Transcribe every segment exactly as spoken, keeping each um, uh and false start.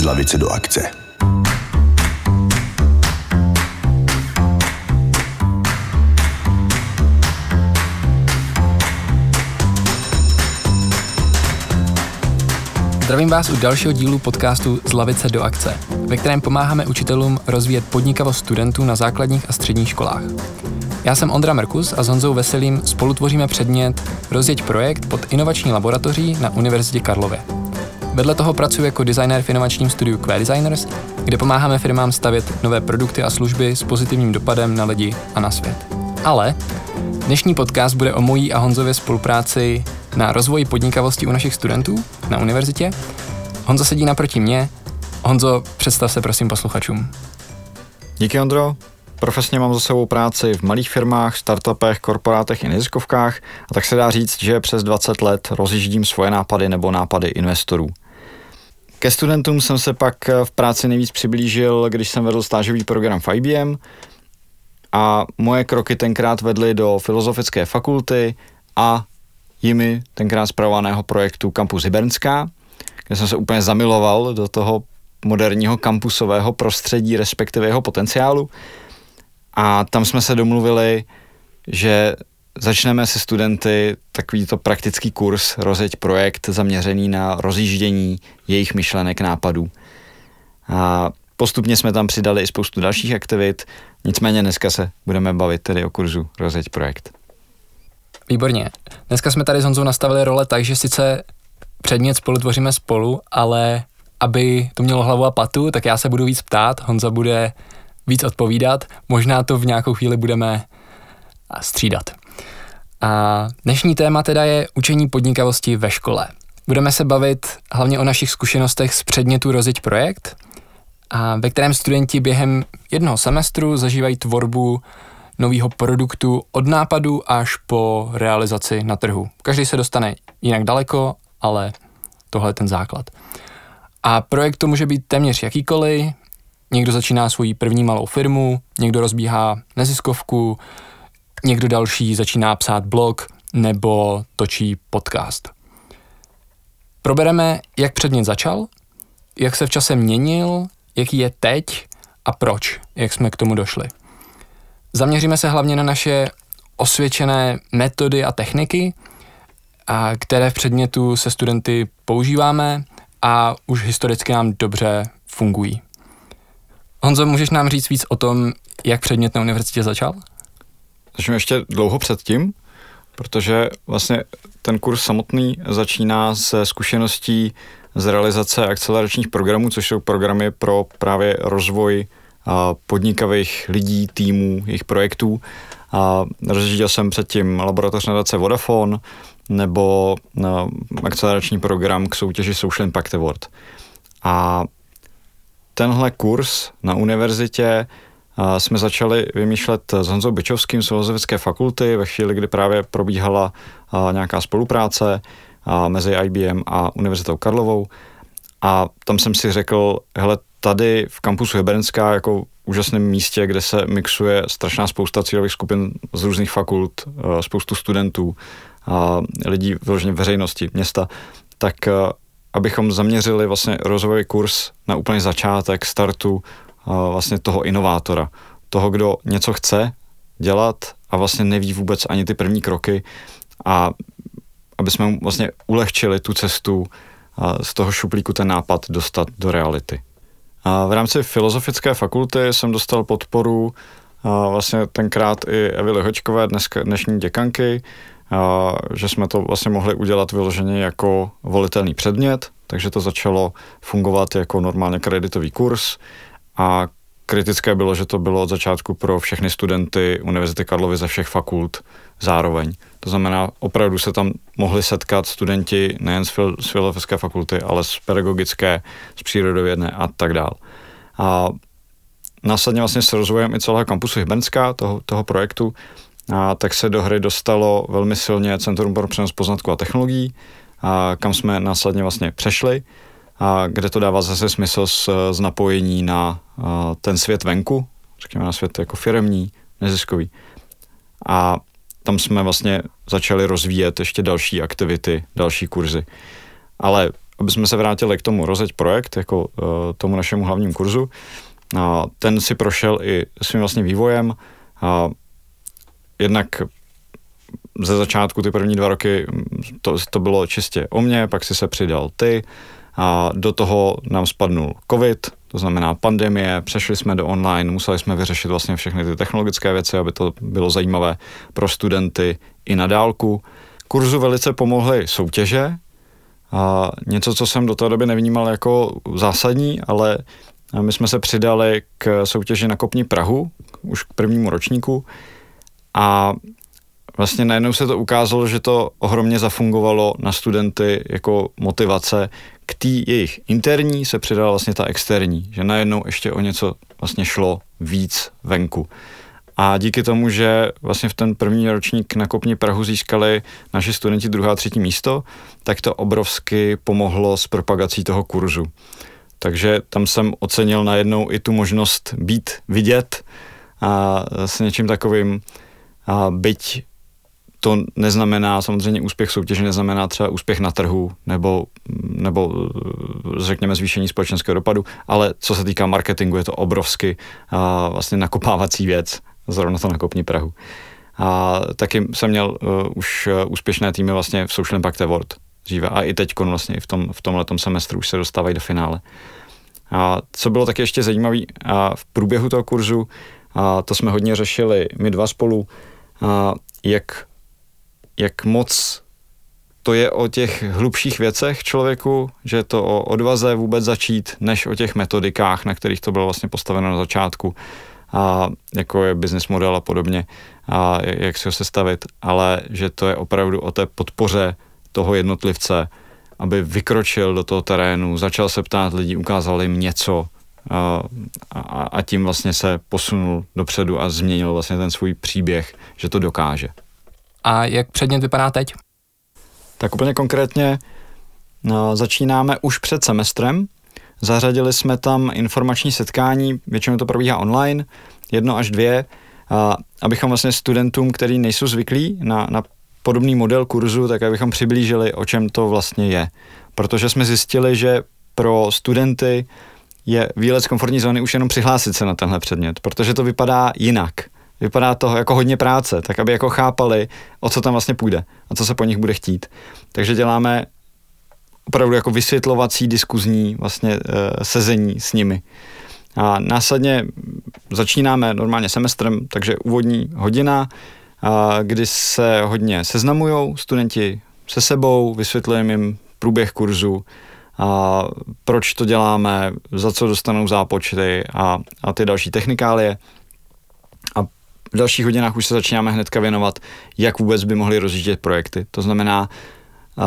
z lavice do akce. Zdravím vás u dalšího dílu podcastu Z lavice do akce, ve kterém pomáháme učitelům rozvíjet podnikavost studentů na základních a středních školách. Já jsem Ondra Merkus a s Honzou Veselým spolutvoříme předmět Rozjeď projekt pod inovační laboratoří na Univerzitě Karlově. Vedle toho pracuji jako designér v inovačním studiu Q Designers, kde pomáháme firmám stavět nové produkty a služby s pozitivním dopadem na lidi a na svět. Ale dnešní podcast bude o mojí a Honzově spolupráci na rozvoji podnikavosti u našich studentů na univerzitě. Honzo sedí naproti mě. Honzo, představ se prosím posluchačům. Díky, Ondro. Profesně mám za sebou práci v malých firmách, startupech, korporátech i neziskovkách a tak se dá říct, že přes dvacet let rozjíždím svoje nápady nebo nápady investorů. Ke studentům jsem se pak v práci nejvíc přiblížil, když jsem vedl stážový program v I B M a moje kroky tenkrát vedly do Filozofické fakulty a jimi tenkrát spravovaného projektu Campus Hybernská, kde jsem se úplně zamiloval do toho moderního kampusového prostředí, respektive jeho potenciálu. A tam jsme se domluvili, že začneme se studenty takovýto praktický kurz Rozjeď projekt zaměřený na rozjíždění jejich myšlenek, nápadů. A postupně jsme tam přidali i spoustu dalších aktivit, nicméně dneska se budeme bavit tedy o kurzu Rozjeď projekt. Výborně. Dneska jsme tady s Honzou nastavili role tak, že sice předmět spolu tvoříme spolu, ale aby to mělo hlavu a patu, tak já se budu víc ptát, Honza bude víc odpovídat, možná to v nějakou chvíli budeme střídat. A dnešní téma teda je učení podnikavosti ve škole. Budeme se bavit hlavně o našich zkušenostech z předmětu Rozjeď projekt, a ve kterém studenti během jednoho semestru zažívají tvorbu nového produktu od nápadu až po realizaci na trhu. Každý se dostane jinak daleko, ale tohle je ten základ. A projekt to může být téměř jakýkoliv. Někdo začíná svoji první malou firmu, někdo rozbíhá neziskovku, někdo další začíná psát blog nebo točí podcast. Probereme, jak předmět začal, jak se v čase měnil, jaký je teď a proč, jak jsme k tomu došli. Zaměříme se hlavně na naše osvědčené metody a techniky, a které v předmětu se studenty používáme a už historicky nám dobře fungují. Honzo, můžeš nám říct víc o tom, jak předmět na univerzitě začal? Začneme ještě dlouho předtím, protože vlastně ten kurz samotný začíná se zkušeností z realizace akceleračních programů, což jsou programy pro právě rozvoj podnikavých lidí, týmů, jejich projektů. A rozjížděl jsem předtím laboratoř nadace Vodafone nebo akcelerační program k soutěži Social Impact Award. A tenhle kurz na univerzitě jsme začali vymýšlet s Honzou Byčovským z Filozofické fakulty ve chvíli, kdy právě probíhala nějaká spolupráce mezi I B M a Univerzitou Karlovou. A tam jsem si řekl, hele, tady v kampusu Hybernská jako úžasném místě, kde se mixuje strašná spousta cílových skupin z různých fakult, spoustu studentů, lidí vyloženě veřejnosti, města, tak abychom zaměřili vlastně rozvojový kurz na úplný začátek startu vlastně toho inovátora, toho, kdo něco chce dělat a vlastně neví vůbec ani ty první kroky, a aby jsme mu vlastně ulehčili tu cestu z toho šuplíku ten nápad dostat do reality. A v rámci Filozofické fakulty jsem dostal podporu vlastně tenkrát i Evy Lihočkové, dnes, dnešní děkanky, že jsme to vlastně mohli udělat vyloženě jako volitelný předmět, takže to začalo fungovat jako normálně kreditový kurz a kritické bylo, že to bylo od začátku pro všechny studenty Univerzity Karlovy ze všech fakult zároveň. To znamená, opravdu se tam mohli setkat studenti nejen z, fil- z Filozofické fakulty, ale z pedagogické, z přírodovědné a tak dál. A následně vlastně s rozvojem i celého kampusu Hybernská, toho, toho projektu, a tak se do hry dostalo velmi silně Centrum pro přenos poznatků a technologií, a kam jsme následně vlastně přešli, a kde to dává zase smysl z, z napojení na a, ten svět venku, řekněme na svět jako firemní, neziskový. A tam jsme vlastně začali rozvíjet ještě další aktivity, další kurzy. Ale aby jsme se vrátili k tomu Rozeď projekt, jako uh, tomu našemu hlavnímu kurzu. Uh, ten si prošel i svým vlastně vývojem. Uh, jednak ze začátku ty první dva roky to, to bylo čistě o mně, pak si se přidal ty a do toho nám spadnul covid, to znamená pandemie, přešli jsme do online, museli jsme vyřešit vlastně všechny ty technologické věci, aby to bylo zajímavé pro studenty i na dálku. Kurzu velice pomohly soutěže, a něco, co jsem do té doby nevnímal jako zásadní, ale my jsme se přidali k soutěži Nakopni Prahu, už k prvnímu ročníku a vlastně najednou se to ukázalo, že to ohromně zafungovalo na studenty jako motivace. K té jejich interní se přidala vlastně ta externí, že najednou ještě o něco vlastně šlo víc venku. A díky tomu, že vlastně v ten první ročník Nakopni Prahu získali naši studenti druhé a třetí místo, tak to obrovsky pomohlo s propagací toho kurzu. Takže tam jsem ocenil najednou i tu možnost být vidět a s něčím takovým, a byť to neznamená, samozřejmě úspěch soutěže neznamená třeba úspěch na trhu nebo, nebo řekněme zvýšení společenského dopadu, ale co se týká marketingu, je to obrovsky a vlastně nakopávací věc, zrovna to Nakopni Prahu. A taky jsem měl uh, už úspěšné týmy vlastně v Social Impact Award dříve a i teď vlastně v, tom, v tomhletom semestru už se dostávají do finále. A co bylo taky ještě zajímavé v průběhu toho kurzu, a to jsme hodně řešili my dva spolu, a jak jak moc to je o těch hlubších věcech člověku, že je to o odvaze vůbec začít, než o těch metodikách, na kterých to bylo vlastně postaveno na začátku, a jako je business model a podobně, a jak si ho sestavit, ale že to je opravdu o té podpoře toho jednotlivce, aby vykročil do toho terénu, začal se ptát lidí, ukázal jim něco a, a, a tím vlastně se posunul dopředu a změnil vlastně ten svůj příběh, že to dokáže. A jak předmět vypadá teď? Tak úplně konkrétně no, začínáme už před semestrem. Zařadili jsme tam informační setkání, většinou to probíhá online, jedno až dvě, a abychom vlastně studentům, kteří nejsou zvyklí na, na podobný model kurzu, tak abychom přiblížili, o čem to vlastně je. Protože jsme zjistili, že pro studenty je výlet z komfortní zóny už jenom přihlásit se na tenhle předmět, protože to vypadá jinak. Vypadá to jako hodně práce, tak aby jako chápali, o co tam vlastně půjde a co se po nich bude chtít. Takže děláme opravdu jako vysvětlovací, diskuzní vlastně e, sezení s nimi. A následně začínáme normálně semestrem, takže úvodní hodina, a kdy se hodně seznamujou studenti se sebou, vysvětlujeme jim průběh kurzu, a proč to děláme, za co dostanou zápočty a, a ty další technikálie. A v dalších hodinách už se začínáme hnedka věnovat, jak vůbec by mohli rozjíždět projekty. To znamená, uh,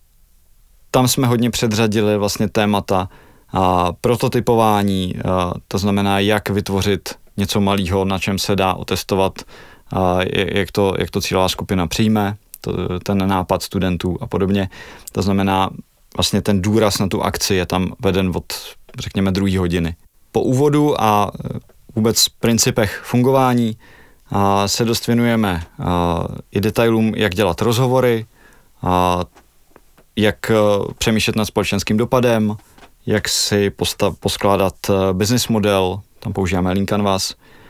tam jsme hodně předřadili vlastně témata uh, prototypování, uh, to znamená, jak vytvořit něco malého, na čem se dá otestovat, uh, jak, to, jak to cílová skupina přijme, to, ten nápad studentů a podobně. To znamená, vlastně ten důraz na tu akci je tam veden od, řekněme, druhé hodiny. Po úvodu a vůbec principech fungování a se dost věnujeme a, i detailům, jak dělat rozhovory, a, jak a, přemýšlet nad společenským dopadem, jak si postav, poskládat business model, tam používáme Lean Canvas.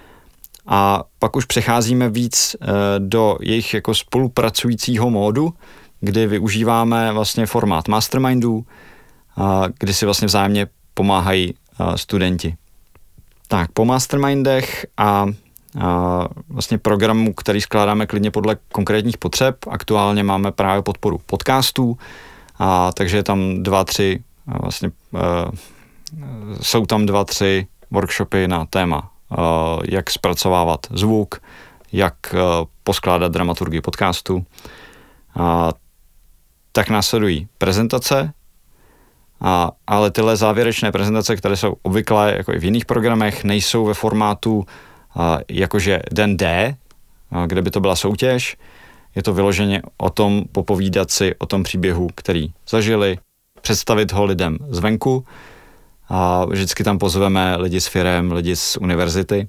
A pak už přecházíme víc e, do jejich jako spolupracujícího módu, kdy využíváme vlastně formát mastermindů, a, kdy si vlastně vzájemně pomáhají a, studenti. Tak, po mastermindech a, a vlastně programu, který skládáme klidně podle konkrétních potřeb. Aktuálně máme právě podporu podcastů, a takže je tam dva, tři, vlastně e, jsou tam dva, tři workshopy na téma, e, jak zpracovávat zvuk, jak e, poskládat dramaturgii podcastu. A, tak následují prezentace, A, ale tyhle závěrečné prezentace, které jsou obvyklé jako i v jiných programech, nejsou ve formátu a, jakože den D, a, kde by to byla soutěž. Je to vyloženě o tom popovídat si o tom příběhu, který zažili, představit ho lidem zvenku. A vždycky tam pozveme lidi z firem, lidi z univerzity.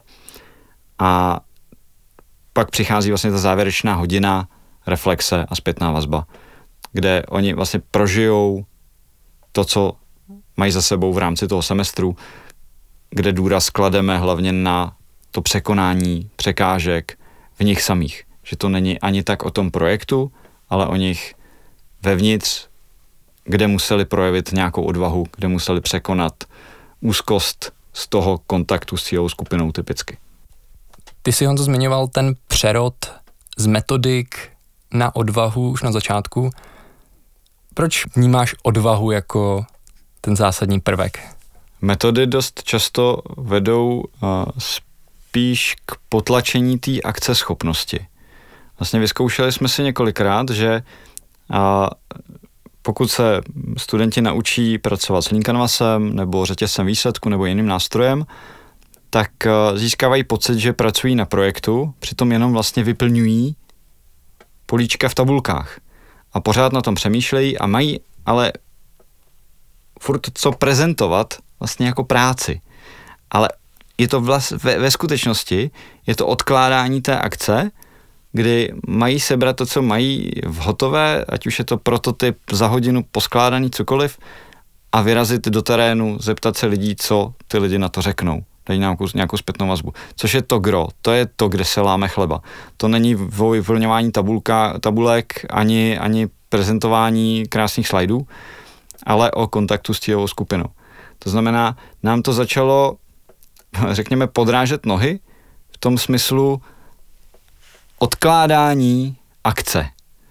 A pak přichází vlastně ta závěrečná hodina reflexe a zpětná vazba, kde oni vlastně prožijou to, co mají za sebou v rámci toho semestru, kde důraz klademe hlavně na to překonání překážek v nich samých. Že to není ani tak o tom projektu, ale o nich vevnitř, kde museli projevit nějakou odvahu, kde museli překonat úzkost z toho kontaktu s cílovou skupinou typicky. Ty si, Honzo, zmiňoval ten přerod z metodik na odvahu už na začátku. Proč vnímáš odvahu jako ten zásadní prvek? Metody dost často vedou uh, spíš k potlačení té akceschopnosti. Vlastně vyzkoušeli jsme si několikrát, že uh, pokud se studenti naučí pracovat s Lean Canvasem nebo řetězcem výsledku nebo jiným nástrojem, tak uh, získávají pocit, že pracují na projektu, přitom jenom vlastně vyplňují políčka v tabulkách. A pořád na tom přemýšlejí a mají ale furt co prezentovat vlastně jako práci. Ale je to vlast, ve, ve skutečnosti je to odkládání té akce, kdy mají sebrat to, co mají v hotové, ať už je to prototyp za hodinu poskládaný cokoliv, a vyrazit do terénu, zeptat se lidí, co ty lidi na to řeknou. Dají nějakou, nějakou zpětnou vazbu. Což je to gro, to je to, kde se láme chleba. To není vyplňování tabulka, tabulek, ani, ani prezentování krásných slajdů, ale o kontaktu s cílovou skupinou. To znamená, nám to začalo, řekněme, podrážet nohy v tom smyslu odkládání akce.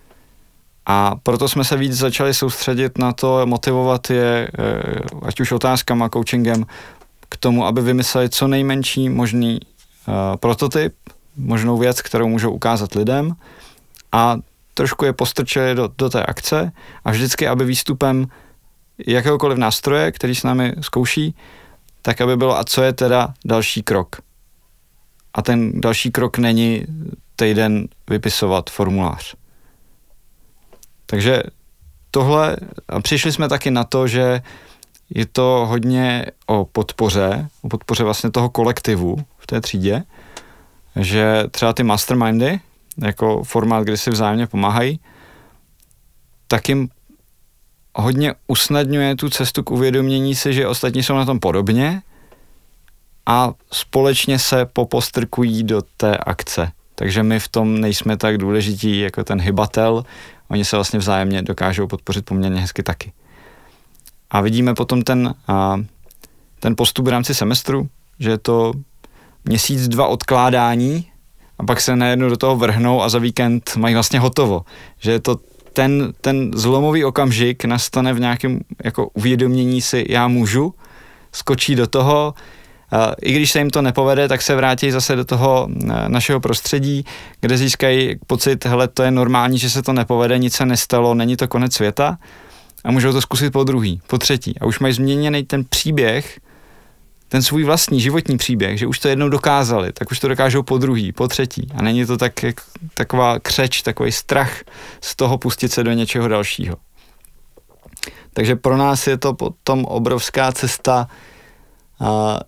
A proto jsme se víc začali soustředit na to, motivovat je, ať už otázkama, coachingem, k tomu, aby vymysleli co nejmenší možný uh, prototyp, možnou věc, kterou můžou ukázat lidem, a trošku je postrčili do, do té akce a vždycky, aby výstupem jakéhokoliv nástroje, který s námi zkouší, tak aby bylo, a co je teda další krok. A ten další krok není týden vypisovat formulář. Takže tohle, a přišli jsme taky na to, že je to hodně o podpoře, o podpoře vlastně toho kolektivu v té třídě, že třeba ty mastermindy, jako formát, kde si vzájemně pomáhají, tak jim hodně usnadňuje tu cestu k uvědomění si, že ostatní jsou na tom podobně a společně se popostrkují do té akce. Takže my v tom nejsme tak důležití jako ten hybatel, oni se vlastně vzájemně dokážou podpořit poměrně hezky taky. A vidíme potom ten, a, ten postup v rámci semestru, že je to měsíc, dva odkládání a pak se najednou do toho vrhnou a za víkend mají vlastně hotovo. Že je to ten, ten zlomový okamžik nastane v nějakém jako uvědomění si, já můžu, skočí do toho, a i když se jim to nepovede, tak se vrátí zase do toho našeho prostředí, kde získají pocit, hele, to je normální, že se to nepovede, nic se nestalo, není to konec světa. A můžou to zkusit po druhý, po třetí. A už mají změněný ten příběh, ten svůj vlastní životní příběh, že už to jednou dokázali, tak už to dokážou po druhý, po třetí. A není to tak, jak, taková křeč, takový strach z toho pustit se do něčeho dalšího. Takže pro nás je to potom obrovská cesta a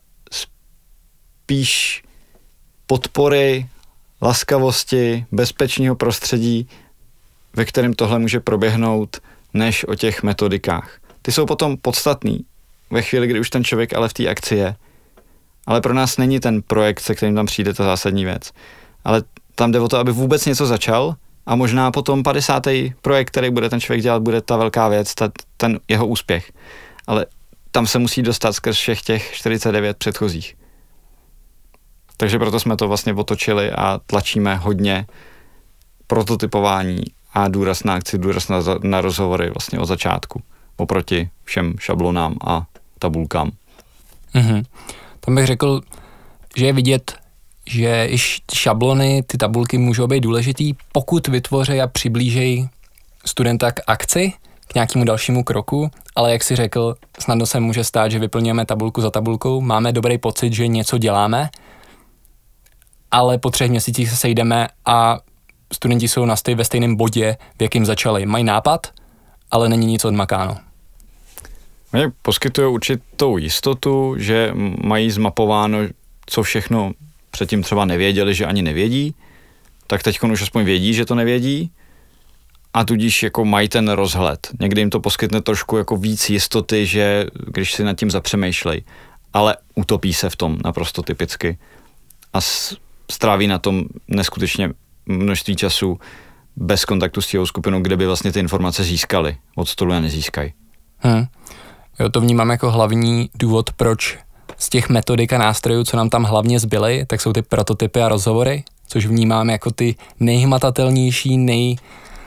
spíš podpory, laskavosti, bezpečného prostředí, ve kterém tohle může proběhnout, než o těch metodikách. Ty jsou potom podstatný ve chvíli, kdy už ten člověk ale v té akci je. Ale pro nás není ten projekt, se kterým tam přijde ta zásadní věc. Ale tam jde o to, aby vůbec něco začal a možná potom padesátý projekt, který bude ten člověk dělat, bude ta velká věc, ta, ten jeho úspěch. Ale tam se musí dostat skrz všech těch čtyřicet devět předchozích. Takže proto jsme to vlastně otočili a tlačíme hodně prototypování a důraz na akci, důraz na, na rozhovory vlastně od začátku, oproti všem šablonám a tabulkám. Mm-hmm. Tam bych řekl, že je vidět, že i šablony, ty tabulky můžou být důležitý, pokud vytvoří a přiblížejí studenta k akci, k nějakému dalšímu kroku, ale jak si řekl, snadno se může stát, že vyplňujeme tabulku za tabulkou, máme dobrý pocit, že něco děláme, ale po třech měsících se sejdeme a studenti jsou na stej, ve stejném bodě, v jakým začali. Mají nápad, ale není nic odmakáno. Oni poskytují určitou jistotu, že mají zmapováno, co všechno předtím třeba nevěděli, že ani nevědí, tak teď už aspoň vědí, že to nevědí a tudíž jako mají ten rozhled. Někdy jim to poskytne trošku jako víc jistoty, že když si nad tím zapřemýšlej, ale utopí se v tom naprosto typicky a stráví na tom neskutečně množství času bez kontaktu s těhou skupinou, kde by vlastně ty informace získali. Od stolu je nezískají. Hmm. Jo, to vnímám jako hlavní důvod, proč z těch metodik a nástrojů, co nám tam hlavně zbyly, tak jsou ty prototypy a rozhovory, což vnímám jako ty nejhmatatelnější, nejvíc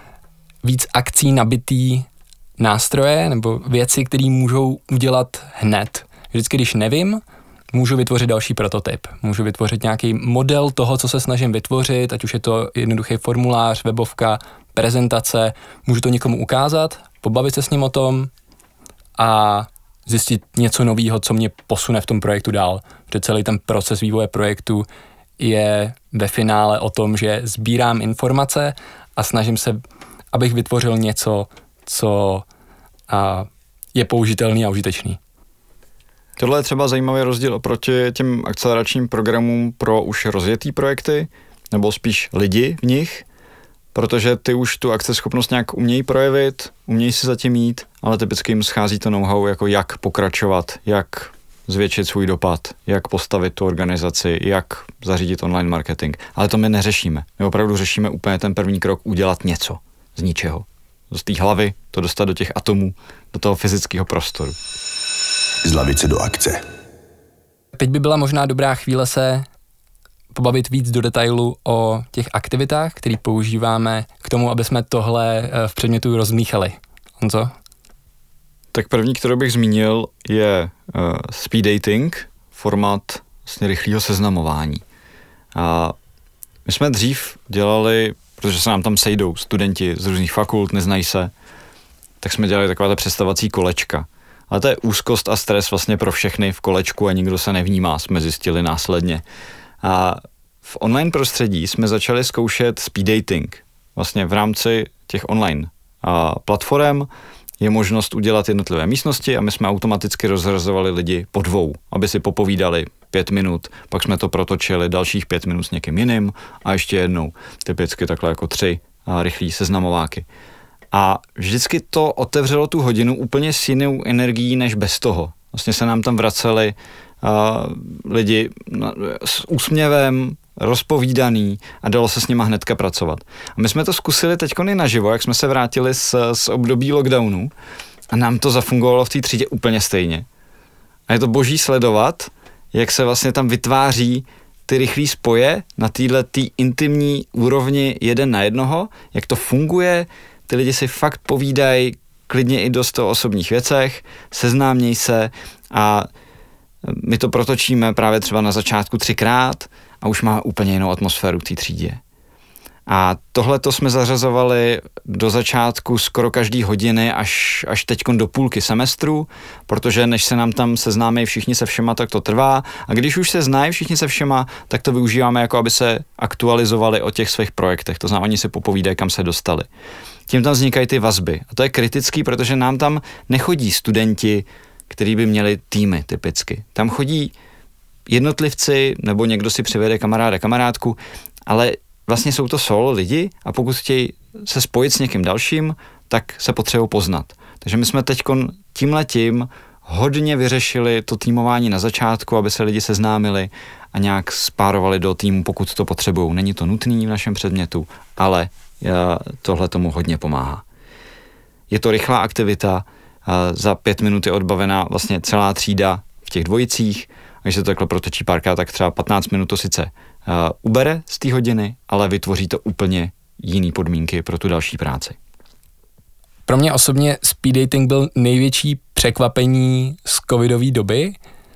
akcí nabitý nástroje nebo věci, které můžou udělat hned. Vždycky, když nevím, můžu vytvořit další prototyp. Můžu vytvořit nějaký model toho, co se snažím vytvořit, ať už je to jednoduchý formulář, webovka, prezentace. Můžu to někomu ukázat, pobavit se s ním o tom a zjistit něco nového, co mě posune v tom projektu dál. Protože celý ten proces vývoje projektu je ve finále o tom, že sbírám informace a snažím se, abych vytvořil něco, co a, je použitelný a užitečný. Tohle je třeba zajímavý rozdíl oproti těm akceleračním programům pro už rozjetý projekty, nebo spíš lidi v nich, protože ty už tu akceschopnost nějak umějí projevit, umějí si zatím jít, ale typicky jim schází to know-how, jako jak pokračovat, jak zvětšit svůj dopad, jak postavit tu organizaci, jak zařídit online marketing. Ale to my neřešíme. My opravdu řešíme úplně ten první krok, udělat něco z ničeho. Z té hlavy to dostat do těch atomů, do toho fyzického prostoru. Z lavice do akce. Teď by byla možná dobrá chvíle se pobavit víc do detailu o těch aktivitách, které používáme k tomu, aby jsme tohle v předmětu rozmíchali. Honzo? Tak první, kterou bych zmínil, je uh, speed dating, formát vlastně rychlého seznamování. A my jsme dřív dělali, protože se nám tam sejdou studenti z různých fakult, neznají se, tak jsme dělali taková ta představovací kolečka. Ale to je úzkost a stres vlastně pro všechny v kolečku a nikdo se nevnímá, jsme zjistili následně. A v online prostředí jsme začali zkoušet speed dating. Vlastně v rámci těch online a platform je možnost udělat jednotlivé místnosti a my jsme automaticky rozhazovali lidi po dvou, aby si popovídali pět minut, pak jsme to protočili dalších pět minut s někým jiným a ještě jednou, typicky takhle jako tři a rychlí seznamováky. A vždycky to otevřelo tu hodinu úplně s jinou energií než bez toho. Vlastně se nám tam vraceli uh, lidi na, s úsměvem, rozpovídaný a dalo se s nima hnedka pracovat. A my jsme to zkusili teďko i naživo, jak jsme se vrátili z, z období lockdownu a nám to zafungovalo v té třídě úplně stejně. A je to boží sledovat, jak se vlastně tam vytváří ty rychlý spoje na téhle tý intimní úrovni jeden na jednoho, jak to funguje, ty lidi si fakt povídají klidně i dost o osobních věcech, seznámějí se a my to protočíme právě třeba na začátku třikrát a už má úplně jinou atmosféru v té třídě. A tohle to jsme zařazovali do začátku skoro každý hodiny až, až teďkon do půlky semestru, protože než se nám tam seznámí všichni se všema, tak to trvá. A když už se znají všichni se všema, tak to využíváme jako aby se aktualizovali o těch svých projektech. To znamená, oni si popovídají, kam se dostali. Tím tam vznikají ty vazby. A to je kritický, protože nám tam nechodí studenti, kteří by měli týmy typicky. Tam chodí jednotlivci, nebo někdo si přivede kamaráda, kamarádku, ale vlastně jsou to solo lidi a pokud chtějí se spojit s někým dalším, tak se potřebují poznat. Takže my jsme teďkon tímhletím hodně vyřešili to týmování na začátku, aby se lidi seznámili a nějak spárovali do týmu, pokud to potřebují. Není to nutný v našem předmětu, ale tohle tomu hodně pomáhá. Je to rychlá aktivita, za pět minut je odbavená vlastně celá třída v těch dvojicích, a když se to takhle protočí párkrát, tak třeba patnáct minut to sice uh, ubere z té hodiny, ale vytvoří to úplně jiný podmínky pro tu další práci. Pro mě osobně speed dating byl největší překvapení z covidové doby,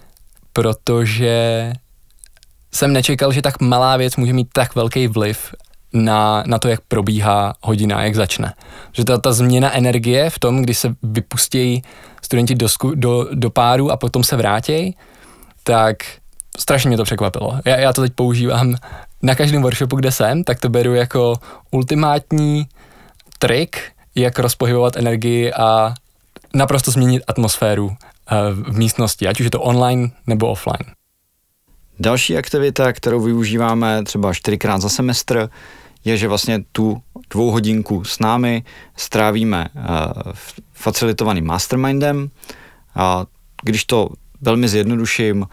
protože jsem nečekal, že tak malá věc může mít tak velký vliv na, na to, jak probíhá hodina, jak začne. Že ta, ta změna energie v tom, kdy se vypustí studenti do, do, do páru a potom se vrátí, tak strašně mě to překvapilo. Já, já to teď používám na každém workshopu, kde jsem, tak to beru jako ultimátní trik, jak rozpohybovat energii a naprosto změnit atmosféru v místnosti, ať už je to online nebo offline. Další aktivita, kterou využíváme třeba čtyřikrát za semestr, je, že vlastně tu dvou hodinku s námi strávíme uh, facilitovaným mastermindem. A když to velmi zjednoduším,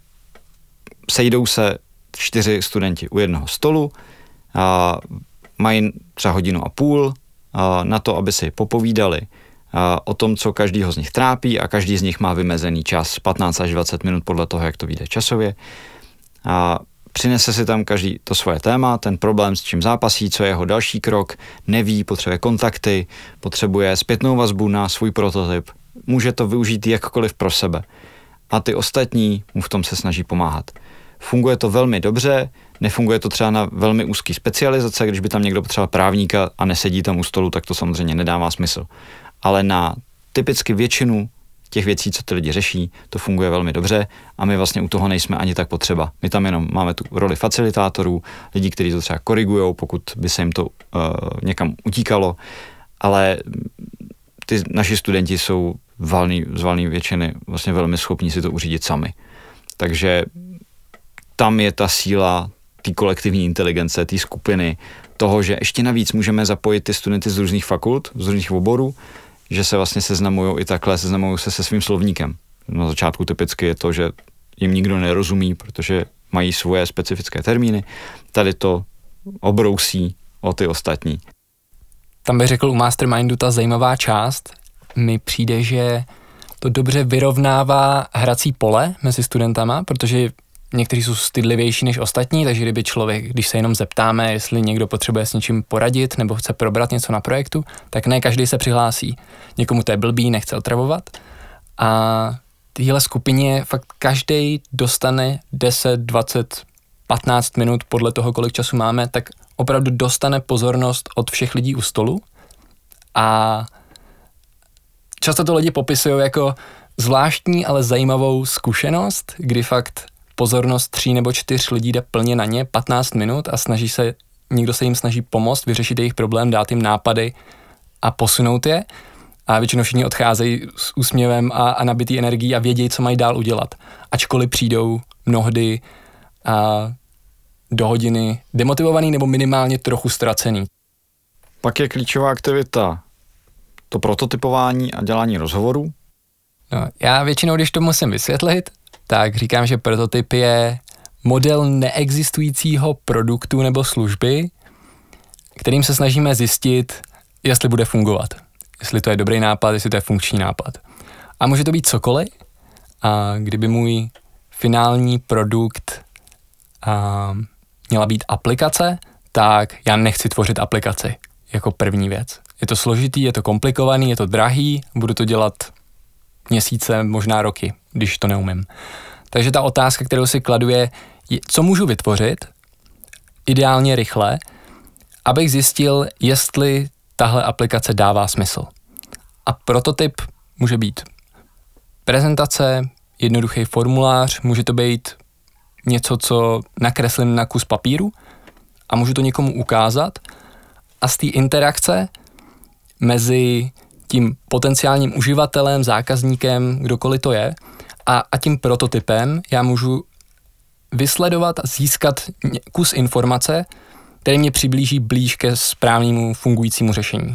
sejdou se čtyři studenti u jednoho stolu, a mají třeba hodinu a půl a na to, aby si popovídali a o tom, co každýho z nich trápí, a každý z nich má vymezený čas patnáct až dvacet minut podle toho, jak to vyjde časově. A přinese si tam každý to svoje téma, ten problém, s čím zápasí, co je jeho další krok, neví, potřebuje kontakty, potřebuje zpětnou vazbu na svůj prototyp. Může to využít jakkoliv pro sebe. A ty ostatní mu v tom se snaží pomáhat. Funguje to velmi dobře, nefunguje to třeba na velmi úzký specializace, když by tam někdo potřeboval právníka a nesedí tam u stolu, tak to samozřejmě nedává smysl. Ale na typicky většinu těch věcí, co ty lidi řeší, to funguje velmi dobře a my vlastně u toho nejsme ani tak potřeba. My tam jenom máme tu roli facilitátorů, lidí, kteří to třeba korigujou, pokud by se jim to uh, někam utíkalo, ale ty naši studenti jsou valný, z valné většiny vlastně velmi schopní si to uřídit sami. Takže tam je ta síla té kolektivní inteligence, té skupiny, toho, že ještě navíc můžeme zapojit ty studenty z různých fakult, z různých oborů, že se vlastně seznamují i takhle, seznamují se se svým slovníkem. Na začátku typicky je to, že jim nikdo nerozumí, protože mají svoje specifické termíny. Tady to obrousí o ty ostatní. Tam bych řekl u Mastermindu ta zajímavá část, mi přijde, že to dobře vyrovnává hrací pole mezi studentama, protože někteří jsou stydlivější než ostatní, takže kdyby člověk, když se jenom zeptáme, jestli někdo potřebuje s něčím poradit nebo chce probrat něco na projektu, tak ne každý se přihlásí. Někomu to je blbý, nechce otravovat. A téhle skupině fakt každý dostane deset, dvacet, patnáct minut podle toho, kolik času máme, tak opravdu dostane pozornost od všech lidí u stolu. A často to lidi popisují jako zvláštní, ale zajímavou zkušenost, kdy fakt pozornost tří nebo čtyř lidí jde plně na ně patnáct minut a snaží se, někdo se jim snaží pomoct, vyřešit jejich problém, dát jim nápady a posunout je. A většinou všichni odcházejí s úsměvem a, a nabitý energií a vědějí, co mají dál udělat. Ačkoliv přijdou mnohdy a do hodiny demotivovaný nebo minimálně trochu ztracený. Pak je klíčová aktivita to prototypování a dělání rozhovorů. No, já většinou, když to musím vysvětlit, tak říkám, že prototyp je model neexistujícího produktu nebo služby, kterým se snažíme zjistit, jestli bude fungovat. Jestli to je dobrý nápad, jestli to je funkční nápad. A může to být cokoliv. A kdyby můj finální produkt a, měla být aplikace, tak já nechci tvořit aplikaci jako první věc. Je to složitý, je to komplikovaný, je to drahý, budu to dělat měsíce, možná roky, když to neumím. Takže ta otázka, kterou si kladu, je, co můžu vytvořit, ideálně rychle, abych zjistil, jestli tahle aplikace dává smysl. A prototyp může být prezentace, jednoduchý formulář, může to být něco, co nakreslím na kus papíru a můžu to někomu ukázat a z té interakce mezi tím potenciálním uživatelem, zákazníkem, kdokoliv to je, a, a tím prototypem já můžu vysledovat a získat kus informace, který mě přiblíží blíž ke správnému fungujícímu řešení.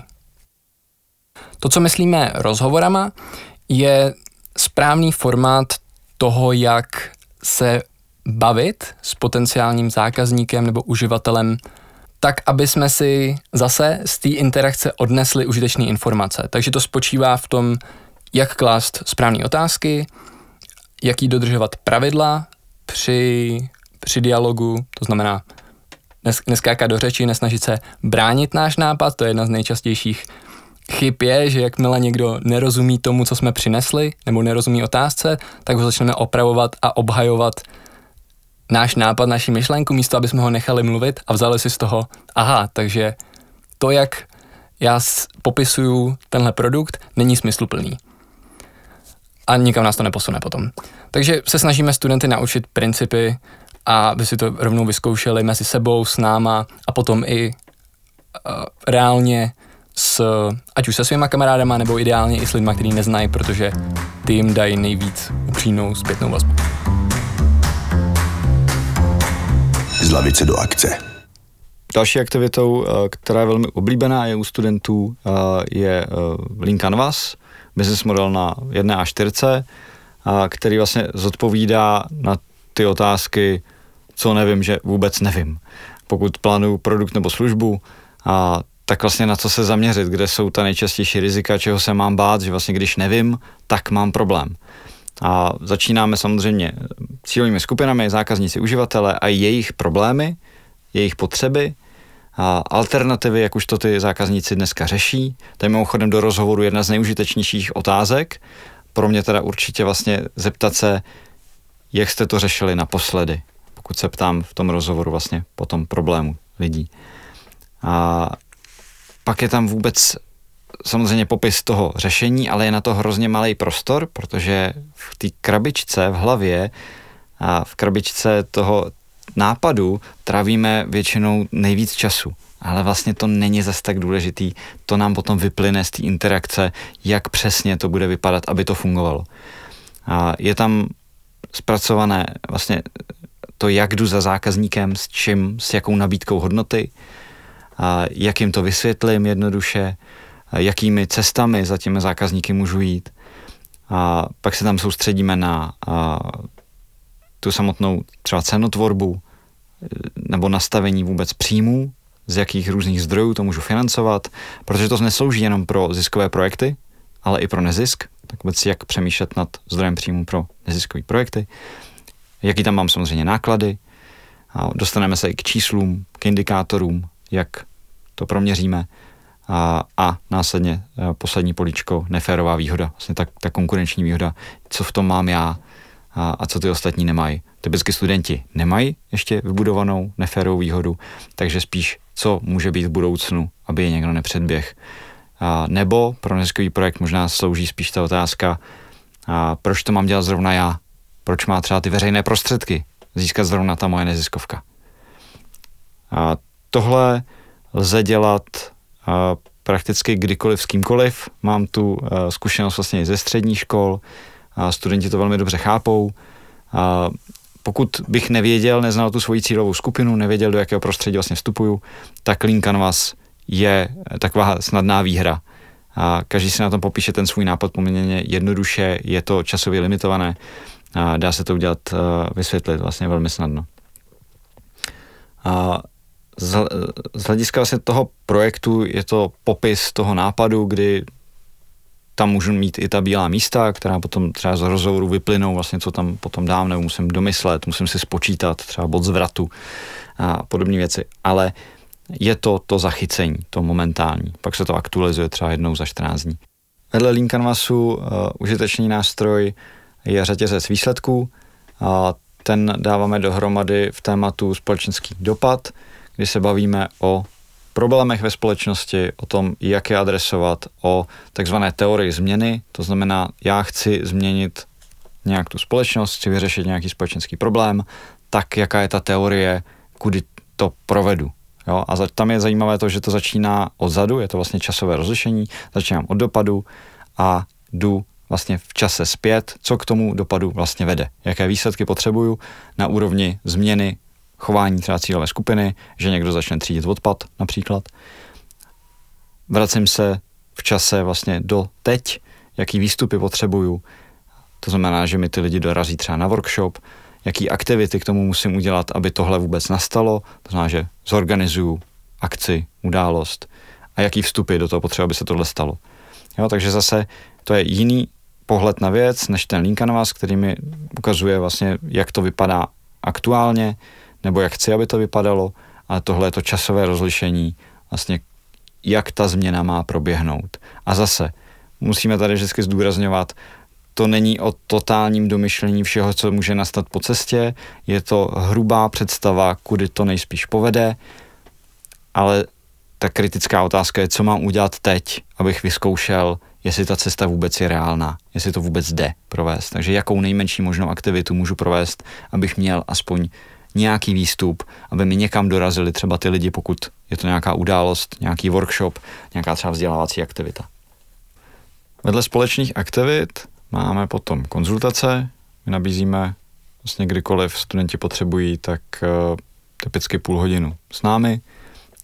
To, co myslíme rozhovorama, je správný formát toho, jak se bavit s potenciálním zákazníkem nebo uživatelem, tak, aby jsme si zase z té interakce odnesli užitečné informace. Takže to spočívá v tom, jak klást správné otázky, jaký dodržovat pravidla při, při dialogu, to znamená neskákat do řeči, nesnažit se bránit náš nápad, to je jedna z nejčastějších chyb je, že jakmile někdo nerozumí tomu, co jsme přinesli, nebo nerozumí otázce, tak ho začneme opravovat a obhajovat náš nápad, naši myšlenku, místo aby jsme ho nechali mluvit a vzali si z toho, aha, takže to, jak já popisuju tenhle produkt, není smysluplný. A nikam nás to neposune potom. Takže se snažíme studenty naučit principy, a aby si to rovnou vyzkoušeli mezi sebou, s náma a potom i uh, reálně s, ať už se svýma kamarádama, nebo ideálně i s lidma, který neznají, protože ty jim dají nejvíc upřímnou zpětnou vazbu. Z lavice do akce. Další aktivitou, která je velmi oblíbená je u studentů, je Lean Canvas, business model na jedné á čtyři, který vlastně zodpovídá na ty otázky, co nevím, že vůbec nevím. Pokud plánuju produkt nebo službu, a tak vlastně na co se zaměřit, kde jsou ta nejčastější rizika, čeho se mám bát, že vlastně když nevím, tak mám problém. A začínáme samozřejmě cílovými skupinami, zákazníci, uživatele a jejich problémy, jejich potřeby, a alternativy, jak už to ty zákazníci dneska řeší. To je mimochodem do rozhovoru jedna z nejužitečnějších otázek. Pro mě teda určitě vlastně zeptat se, jak jste to řešili naposledy, pokud se ptám v tom rozhovoru vlastně po tom problému lidí. A pak je tam vůbec samozřejmě popis toho řešení, ale je na to hrozně malý prostor, protože v té krabičce v hlavě a v krabičce toho nápadu trávíme většinou nejvíc času. Ale vlastně to není zas tak důležitý, to nám potom vyplyne z té interakce, jak přesně to bude vypadat, aby to fungovalo. A je tam zpracované vlastně to, jak jdu za zákazníkem, s čím, s jakou nabídkou hodnoty, a jak jim to vysvětlím jednoduše, a jakými cestami za těmi zákazníky můžu jít. A pak se tam soustředíme na a, tu samotnou třeba cenotvorbu nebo nastavení vůbec příjmů, z jakých různých zdrojů to můžu financovat, protože to neslouží jenom pro ziskové projekty, ale i pro nezisk, tak vůbec jak přemýšlet nad zdrojem příjmů pro neziskové projekty, jaký tam mám samozřejmě náklady, a dostaneme se i k číslům, k indikátorům, jak to proměříme, a, a následně a poslední políčko, neférová výhoda, vlastně ta, ta konkurenční výhoda, co v tom mám já a, a co ty ostatní nemají. Typicky studenti nemají ještě vybudovanou neférovou výhodu, takže spíš co může být v budoucnu, aby je někdo nepředběh. A nebo pro neziskový projekt možná slouží spíš ta otázka, a proč to mám dělat zrovna já, proč má třeba ty veřejné prostředky získat zrovna ta moje neziskovka. A tohle lze dělat a, prakticky kdykoliv s kýmkoliv. Mám tu a, zkušenost vlastně i ze středních škol, a studenti to velmi dobře chápou. A, pokud bych nevěděl, neznal tu svoji cílovou skupinu, nevěděl, do jakého prostředí vlastně vstupuju, tak Lean Canvas je taková snadná výhra. A každý si na tom popíše ten svůj nápad poměrně jednoduše, je to časově limitované a dá se to udělat, vysvětlit vlastně velmi snadno. A z, z hlediska vlastně toho projektu je to popis toho nápadu, kdy tam můžu mít i ta bílá místa, která potom třeba z rozhovoru vyplynou, vlastně co tam potom dám, nebo musím domyslet, musím si spočítat třeba bod zvratu a podobné věci, ale je to to zachycení, to momentální. Pak se to aktualizuje třeba jednou za čtrnáct dní. Vedle Lean Canvasu uh, užitečný nástroj je řetězec výsledků. A ten dáváme dohromady v tématu společenský dopad, kdy se bavíme o problémech ve společnosti, o tom, jak je adresovat, o takzvané teorii změny, to znamená, já chci změnit nějak tu společnost, chci vyřešit nějaký společenský problém, tak jaká je ta teorie, kudy to provedu. Jo? A za, tam je zajímavé to, že to začíná odzadu, je to vlastně časové rozlišení, začínám od dopadu a jdu vlastně v čase zpět, co k tomu dopadu vlastně vede, jaké výsledky potřebuju na úrovni změny chování třeba cílové skupiny, že někdo začne třídit odpad například. Vracím se v čase vlastně do teď, jaký výstupy potřebuju, to znamená, že mi ty lidi dorazí třeba na workshop, jaký aktivity k tomu musím udělat, aby tohle vůbec nastalo, to znamená, že zorganizuju akci, událost a jaký vstupy do toho potřeba, aby se tohle stalo. Jo, takže zase to je jiný pohled na věc, než ten Lean Canvas, který mi ukazuje vlastně, jak to vypadá aktuálně, nebo jak chci, aby to vypadalo, ale tohle je to časové rozlišení, vlastně jak ta změna má proběhnout. A zase musíme tady vždycky zdůrazňovat, to není o totálním domyšlení všeho, co může nastat po cestě, je to hrubá představa, kudy to nejspíš povede, ale ta kritická otázka je, co mám udělat teď, abych vyzkoušel, jestli ta cesta vůbec je reálná, jestli to vůbec jde provést. Takže jakou nejmenší možnou aktivitu můžu provést, abych měl aspoň nějaký výstup, aby mi někam dorazili třeba ty lidi, pokud je to nějaká událost, nějaký workshop, nějaká třeba vzdělávací aktivita. Vedle společných aktivit máme potom konzultace, my nabízíme vlastně kdykoliv studenti potřebují, tak uh, typicky půl hodinu s námi,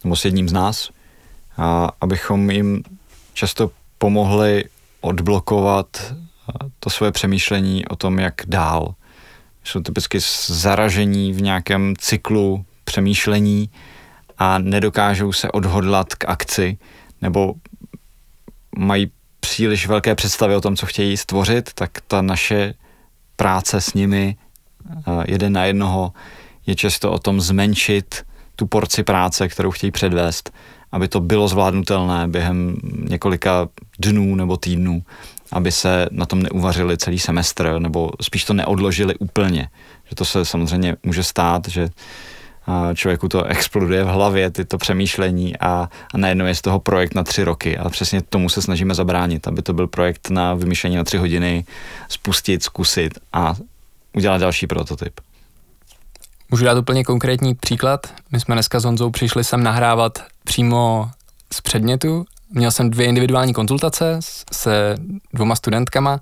nebo s jedním z nás, a abychom jim často pomohli odblokovat to svoje přemýšlení o tom, jak dál. Jsou typicky zaražení v nějakém cyklu přemýšlení a nedokážou se odhodlat k akci, nebo mají příliš velké představy o tom, co chtějí stvořit, tak ta naše práce s nimi jeden na jednoho je často o tom zmenšit tu porci práce, kterou chtějí předvést, aby to bylo zvládnutelné během několika dnů nebo týdnů, aby se na tom neuvařili celý semestr, nebo spíš to neodložili úplně. Že to se samozřejmě může stát, že člověku to exploduje v hlavě, tyto přemýšlení a, a najednou je z toho projekt na tři roky. A přesně tomu se snažíme zabránit, aby to byl projekt na vymýšlení na tři hodiny, spustit, zkusit a udělat další prototyp. Můžu dát úplně konkrétní příklad. My jsme dneska s Honzou přišli sem nahrávat přímo z předmětu. Měl jsem dvě individuální konzultace se dvěma studentkama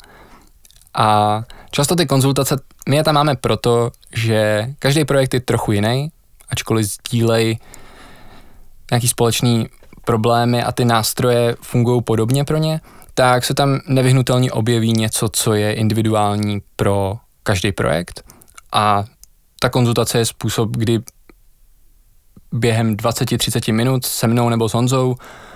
a často ty konzultace, my je tam máme proto, že každý projekt je trochu jiný, ačkoliv sdílejí nějaký společný problémy a ty nástroje fungují podobně pro ně, tak se tam nevyhnutelně objeví něco, co je individuální pro každý projekt. A ta konzultace je způsob, kdy během dvacet až třicet minut se mnou nebo s Honzou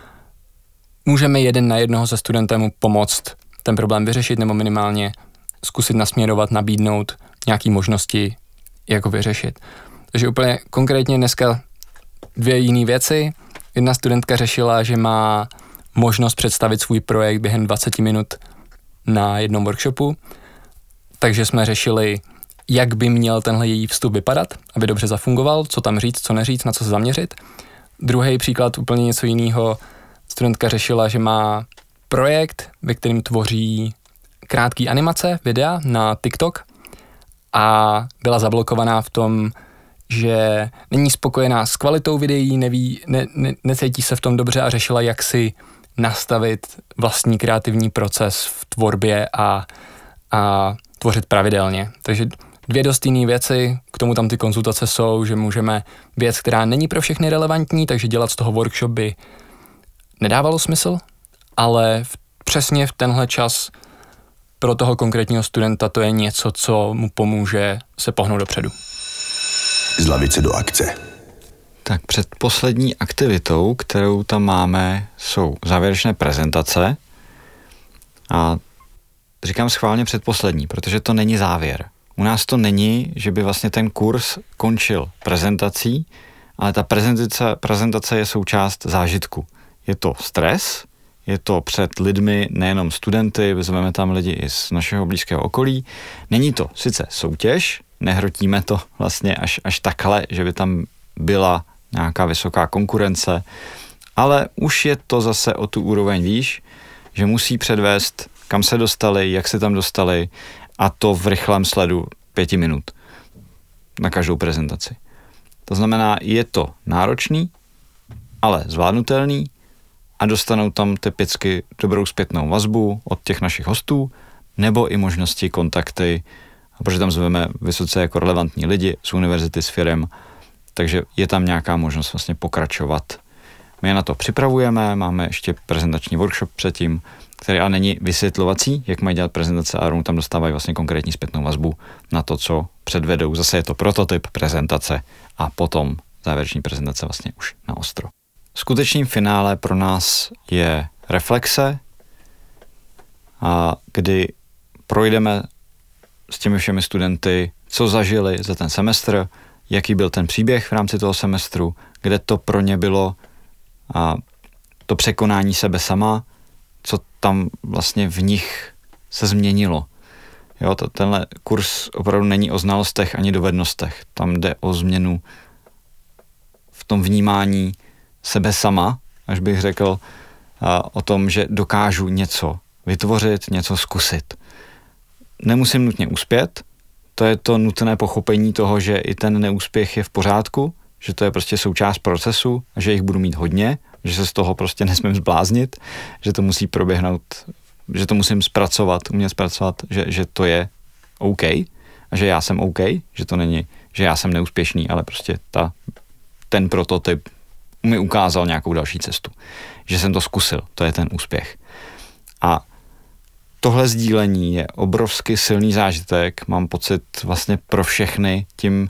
můžeme jeden na jednoho se studentem pomoct ten problém vyřešit nebo minimálně zkusit nasměrovat, nabídnout nějaké možnosti, jak ho vyřešit. Takže úplně konkrétně dneska dvě jiné věci. Jedna studentka řešila, že má možnost představit svůj projekt během dvacet minut na jednom workshopu, takže jsme řešili, jak by měl tenhle její vstup vypadat, aby dobře zafungoval, co tam říct, co neříct, na co se zaměřit. Druhý příklad, úplně něco jiného. Studentka řešila, že má projekt, ve kterém tvoří krátké animace, videa na TikTok a byla zablokovaná v tom, že není spokojená s kvalitou videí, neví, ne, ne, necítí se v tom dobře a řešila, jak si nastavit vlastní kreativní proces v tvorbě a, a tvořit pravidelně. Takže dvě dost jiné věci, k tomu tam ty konzultace jsou, že můžeme věc, která není pro všechny relevantní, takže dělat z toho workshop by nedávalo smysl, ale v, přesně v tenhle čas pro toho konkrétního studenta to je něco, co mu pomůže se pohnout dopředu. Z lavice do akce. Tak předposlední aktivitou, kterou tam máme, jsou závěrečné prezentace. A říkám schválně předposlední, protože to není závěr. U nás to není, že by vlastně ten kurz končil prezentací, ale ta prezentace, prezentace je součást zážitku. Je to stres, je to před lidmi, nejenom studenty, vezmeme tam lidi i z našeho blízkého okolí. Není to sice soutěž, nehrotíme to vlastně až, až takhle, že by tam byla nějaká vysoká konkurence, ale už je to zase o tu úroveň výš, že musí předvést, kam se dostali, jak se tam dostali, a to v rychlém sledu pěti minut na každou prezentaci. To znamená, je to náročný, ale zvládnutelný a dostanou tam typicky dobrou zpětnou vazbu od těch našich hostů nebo i možnosti, kontakty, protože tam zveme vysoce jako relevantní lidi z univerzity, s firem, takže je tam nějaká možnost vlastně pokračovat. My je na to připravujeme, máme ještě prezentační workshop předtím, který ale není vysvětlovací, jak mají dělat prezentace a rovnou tam dostávají vlastně konkrétní zpětnou vazbu na to, co předvedou. Zase je to prototyp prezentace a potom závěrečný prezentace vlastně už na ostro. Skutečným finále pro nás je reflexe, a kdy projdeme s těmi všemi studenty, co zažili za ten semestr, jaký byl ten příběh v rámci toho semestru, kde to pro ně bylo a to překonání sebe sama, co tam vlastně v nich se změnilo. Jo, to, tenhle kurz opravdu není o znalostech ani dovednostech. Tam jde o změnu v tom vnímání sebe sama, až bych řekl, a, o tom, že dokážu něco vytvořit, něco zkusit. Nemusím nutně uspět, to je to nutné pochopení toho, že i ten neúspěch je v pořádku, že to je prostě součást procesu, že jich budu mít hodně, že se z toho prostě nesmím zbláznit, že to musí proběhnout, že to musím zpracovat, umět zpracovat, že, že to je OK a že já jsem OK, že to není, že já jsem neúspěšný, ale prostě ta, ten prototyp mi ukázal nějakou další cestu. Že jsem to zkusil, to je ten úspěch. A tohle sdílení je obrovsky silný zážitek, mám pocit vlastně pro všechny tím,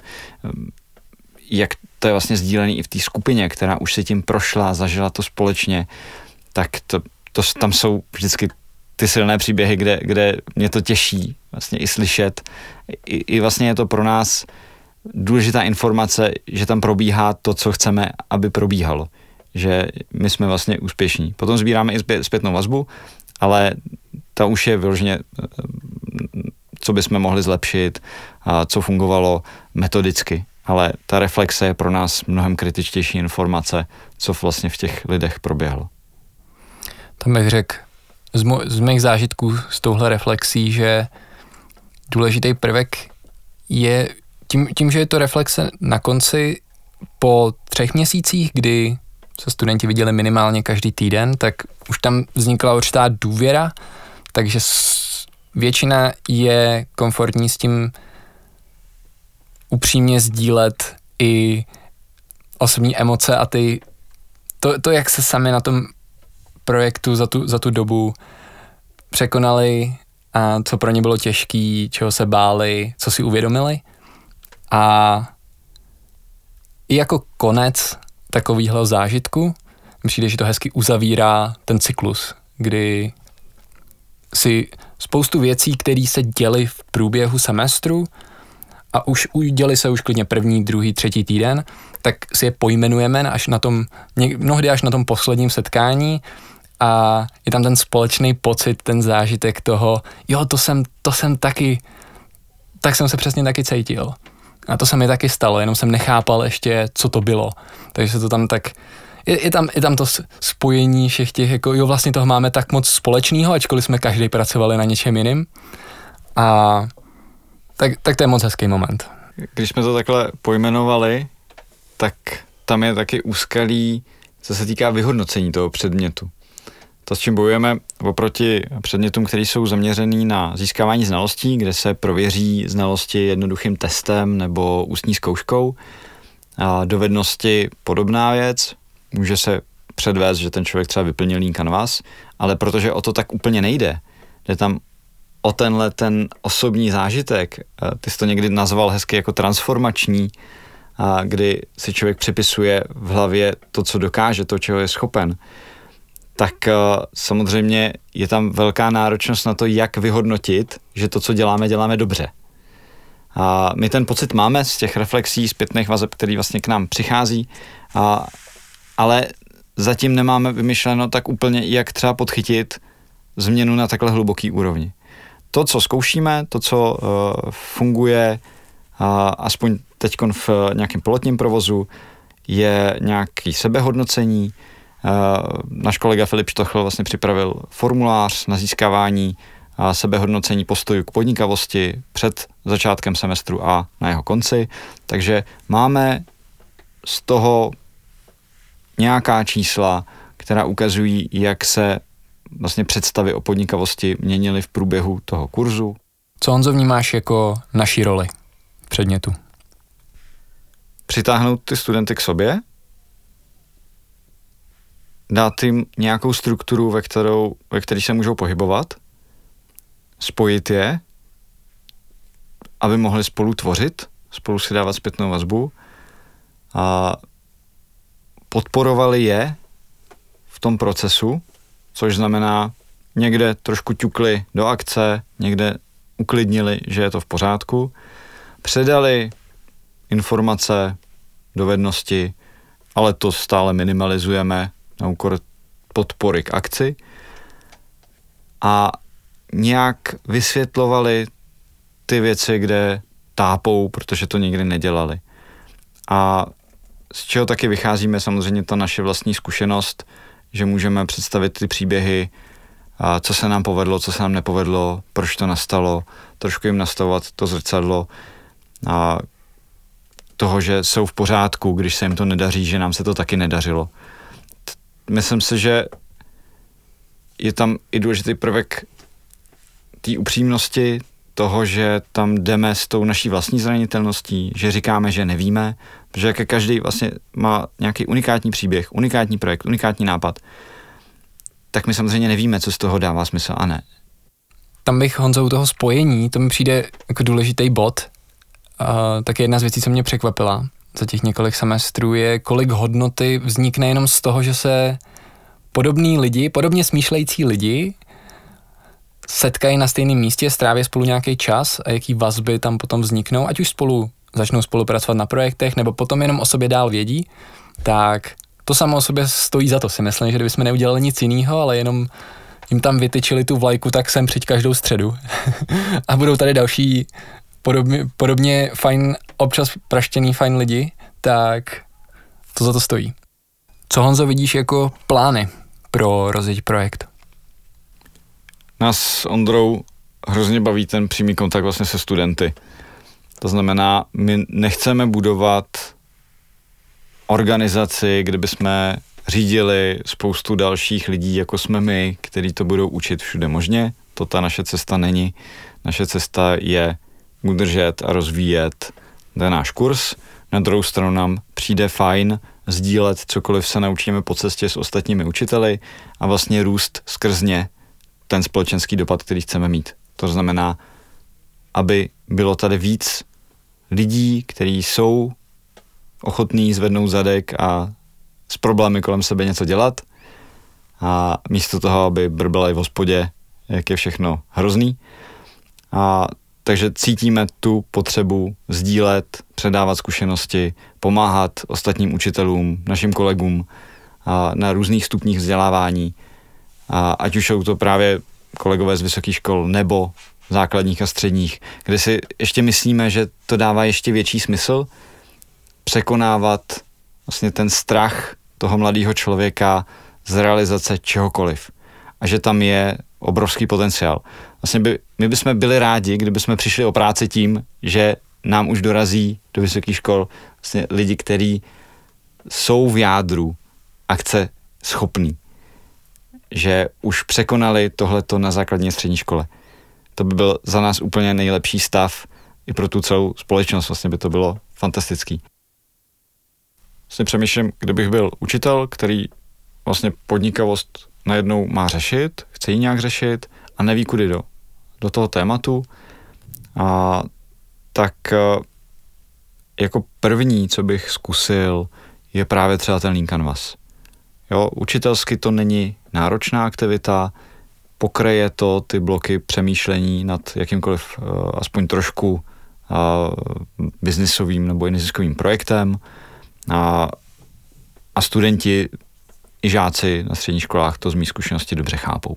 jak to je vlastně sdílený i v té skupině, která už si tím prošla, zažila to společně, tak to, to tam jsou vždycky ty silné příběhy, kde, kde mě to těší vlastně i slyšet. I, I vlastně je to pro nás důležitá informace, že tam probíhá to, co chceme, aby probíhalo. Že my jsme vlastně úspěšní. Potom sbíráme i zpětnou vazbu, ale ta už je vyloženě, co bychom mohli zlepšit, a co fungovalo metodicky. Ale ta reflexe je pro nás mnohem kritičtější informace, co vlastně v těch lidech proběhlo. Tam bych řekl z, mo- z mých zážitků s touhle reflexí, že důležitý prvek je tím, tím, že je to reflexe na konci po třech měsících, kdy se studenti viděli minimálně každý týden, tak už tam vznikla určitá důvěra, takže většina je komfortní s tím upřímně sdílet i osobní emoce a ty, to, to jak se sami na tom projektu za tu, za tu dobu překonali a co pro ně bylo těžký, čeho se báli, co si uvědomili. A i jako konec takovýhle zážitku přijde, že to hezky uzavírá ten cyklus, kdy si spoustu věcí, které se děly v průběhu semestru a už uděli se už klidně první, druhý, třetí týden, tak si je pojmenujeme až na tom, mnohdy až na tom posledním setkání a je tam ten společný pocit, ten zážitek toho, jo, to jsem, to jsem taky, tak jsem se přesně taky cítil. A to se mi taky stalo, jenom jsem nechápal ještě, co to bylo. Takže se to tam tak, je, je, tam, je tam to spojení všech těch, jako jo, vlastně toho máme tak moc společného, ačkoliv jsme každý pracovali na něčem jiným. A tak, tak to je moc hezký moment. Když jsme to takhle pojmenovali, tak tam je taky úskalí, co se týká vyhodnocení toho předmětu. To, s čím bojujeme oproti předmětům, které jsou zaměřený na získávání znalostí, kde se prověří znalosti jednoduchým testem nebo ústní zkouškou. A dovednosti podobná věc, může se předvést, že ten člověk třeba vyplnil lean canvas, ale protože o to tak úplně nejde, jde tam o tenhle ten osobní zážitek, ty jsi to někdy nazval hezky jako transformační, a kdy si člověk připisuje v hlavě to, co dokáže, to, čeho je schopen, tak samozřejmě je tam velká náročnost na to, jak vyhodnotit, že to, co děláme, děláme dobře. A my ten pocit máme z těch reflexí, zpětných vazeb, který vlastně k nám přichází, a, ale zatím nemáme vymyšleno tak úplně, jak třeba podchytit změnu na takhle hluboký úrovni. To, co zkoušíme, to, co uh, funguje, uh, aspoň teď v nějakém pilotním provozu, je nějaké sebehodnocení. Uh, náš kolega Filip Štochl vlastně připravil formulář na získávání uh, sebehodnocení postojů k podnikavosti před začátkem semestru a na jeho konci. Takže máme z toho nějaká čísla, která ukazují, jak se vlastně představy o podnikavosti měnily v průběhu toho kurzu. Co, Honzo, vnímáš jako naší roli v předmětu? Přitáhnout ty studenty k sobě, dát jim nějakou strukturu, ve, kterou, ve které se můžou pohybovat, spojit je, aby mohli spolu tvořit, spolu si dávat zpětnou vazbu a podporovali je v tom procesu, což znamená, někde trošku ťukli do akce, někde uklidnili, že je to v pořádku, předali informace, dovednosti, ale to stále minimalizujeme na úkor podpory k akci a nějak vysvětlovali ty věci, kde tápou, protože to nikdy nedělali. A z čeho taky vycházíme samozřejmě ta naše vlastní zkušenost, že můžeme představit ty příběhy, a co se nám povedlo, co se nám nepovedlo, proč to nastalo, trošku jim nastavovat to zrcadlo a toho, že jsou v pořádku, když se jim to nedaří, že nám se to taky nedařilo. Myslím si, že je tam i důležitý prvek té upřímnosti, toho, že tam jdeme s tou naší vlastní zranitelností, že říkáme, že nevíme, protože jak každý vlastně má nějaký unikátní příběh, unikátní projekt, unikátní nápad, tak my samozřejmě nevíme, co z toho dává smysl a ne. Tam bych, Honzo, u toho spojení, to mi přijde jako důležitý bod. Uh, tak jedna z věcí, co mě překvapila za těch několik semestrů, je, kolik hodnoty vznikne jenom z toho, že se podobní lidi, podobně smýšlející lidi setkají na stejném místě, stráví spolu nějaký čas a jaký vazby tam potom vzniknou, ať už spolu začnou spolupracovat na projektech, nebo potom jenom o sobě dál vědí, tak to samo o sobě stojí za to, si myslím, že kdybychom neudělali nic jiného, ale jenom jim tam vytyčili tu vlajku, tak sem přijď každou středu. A budou tady další podobně, podobně fajn, občas praštěný fajn lidi, tak to za to stojí. Co, Honzo, vidíš jako plány pro rozjeď projekt? Nás s Ondrou hrozně baví ten přímý kontakt vlastně se studenty. To znamená, my nechceme budovat organizaci, kde bychom řídili spoustu dalších lidí, jako jsme my, kteří to budou učit všude možně. To ta naše cesta není. Naše cesta je udržet a rozvíjet ten náš kurz. Na druhou stranu nám přijde fajn sdílet cokoliv se naučíme po cestě s ostatními učiteli a vlastně růst skrzně ten společenský dopad, který chceme mít. To znamená, aby bylo tady víc lidí, kteří jsou ochotní zvednout zadek a s problémy kolem sebe něco dělat a místo toho, aby brbali v hospodě, jak je všechno hrozný. A takže cítíme tu potřebu sdílet, předávat zkušenosti, pomáhat ostatním učitelům, našim kolegům a na různých stupních vzdělávání. A ať už jsou to právě kolegové z vysokých škol nebo základních a středních, kde si ještě myslíme, že to dává ještě větší smysl překonávat vlastně ten strach toho mladého člověka z realizace čehokoliv. A že tam je obrovský potenciál. Vlastně by, my bychom byli rádi, kdyby jsme přišli o práci tím, že nám už dorazí do vysokých škol vlastně lidi, kteří jsou v jádru akce schopní. Že už překonali tohleto na základní a střední škole. To by byl za nás úplně nejlepší stav i pro tu celou společnost. Vlastně by to bylo fantastický. Vlastně přemýšlím, kdybych byl učitel, který vlastně podnikavost najednou má řešit, chce ji nějak řešit a neví kudy do, do toho tématu. A tak jako první, co bych zkusil, je právě třeba ten Lean Canvas. Jo, učitelsky to není náročná aktivita, pokryje to ty bloky přemýšlení nad jakýmkoliv uh, aspoň trošku uh, biznisovým nebo neziskovým projektem a, a studenti i žáci na středních školách to z mých zkušenosti dobře chápou.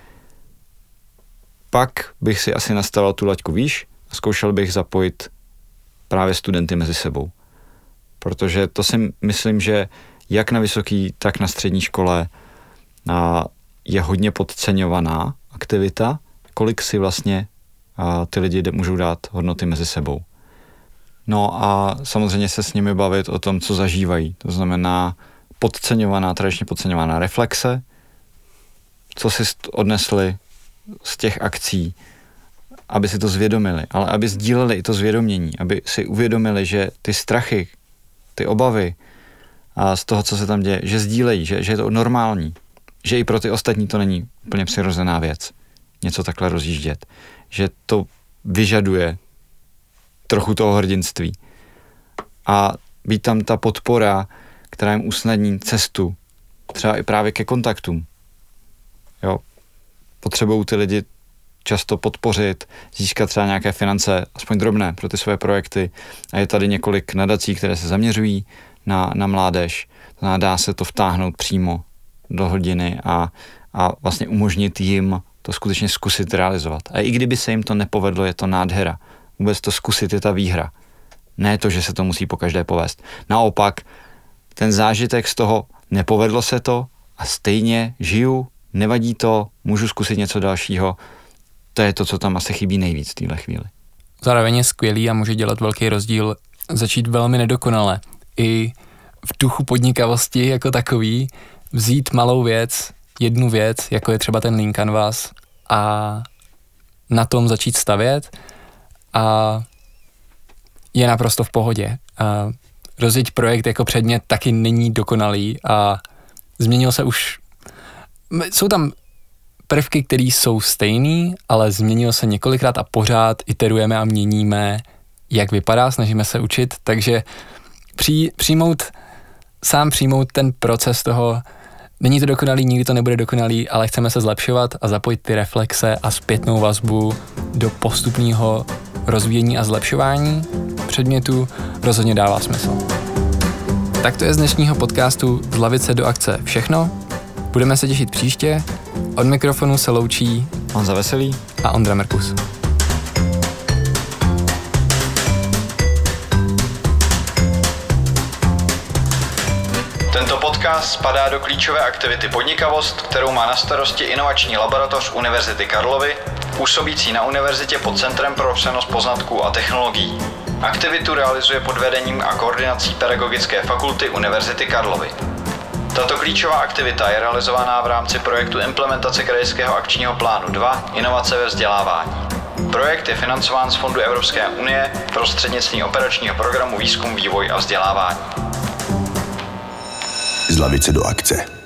Pak bych si asi nastavil tu laťku výš a zkoušel bych zapojit právě studenty mezi sebou. Protože to si myslím, že jak na vysoký, tak na střední škole a je hodně podceňovaná aktivita, kolik si vlastně a, ty lidi můžou dát hodnoty mezi sebou. No a samozřejmě se s nimi bavit o tom, co zažívají. To znamená podceňovaná, tradičně podceňovaná reflexe, co si odnesli z těch akcí, aby si to zvědomili, ale aby sdíleli i to zvědomění, aby si uvědomili, že ty strachy, ty obavy a z toho, co se tam děje, že sdílejí, že, že je to normální, že i pro ty ostatní to není úplně přirozená věc, něco takhle rozjíždět, že to vyžaduje trochu toho hrdinství a být tam ta podpora, která jim usnadní cestu, třeba i právě ke kontaktům. Jo. Potřebují ty lidi často podpořit, získat třeba nějaké finance, aspoň drobné, pro ty své projekty. A je tady několik nadací, které se zaměřují na, na mládež. Dá se to vtáhnout přímo do hodiny a, a vlastně umožnit jim to skutečně zkusit realizovat. A i kdyby se jim to nepovedlo, je to nádhera. Vůbec to zkusit je ta výhra. Ne to, že se to musí pokaždé povést. Naopak, ten zážitek z toho, nepovedlo se to a stejně žiju, nevadí to, můžu zkusit něco dalšího, to je to, co tam asi chybí nejvíc v téhle chvíli. Zároveň je skvělý a může dělat velký rozdíl začít velmi nedokonale. I v duchu podnikavosti jako takový vzít malou věc, jednu věc, jako je třeba ten Lean Canvas a na tom začít stavět a je naprosto v pohodě. A rozjet projekt jako předmět taky není dokonalý a změnil se už, jsou tam prvky, které jsou stejný, ale změnil se několikrát a pořád iterujeme a měníme, jak vypadá, snažíme se učit, takže přij, přijmout, sám přijmout ten proces toho, není to dokonalý, nikdy to nebude dokonalý, ale chceme se zlepšovat a zapojit ty reflexe a zpětnou vazbu do postupného rozvíjení a zlepšování předmětu rozhodně dává smysl. Tak to je z dnešního podcastu Z lavice do akce všechno. Budeme se těšit příště. Od mikrofonu se loučí Honza Veselý a Ondra Merkus. Tento podcast spadá do klíčové aktivity Podnikavost, kterou má na starosti inovační laboratoř Univerzity Karlovy, působící na univerzitě pod Centrem pro přenos poznatků a technologií. Aktivitu realizuje pod vedením a koordinací Pedagogické fakulty Univerzity Karlovy. Tato klíčová aktivita je realizovaná v rámci projektu implementace krajského akčního plánu dva Inovace ve vzdělávání. Projekt je financován z Fondu Evropské unie prostřednictvím operačního programu Výzkum, vývoj a vzdělávání. Z lavice do akce.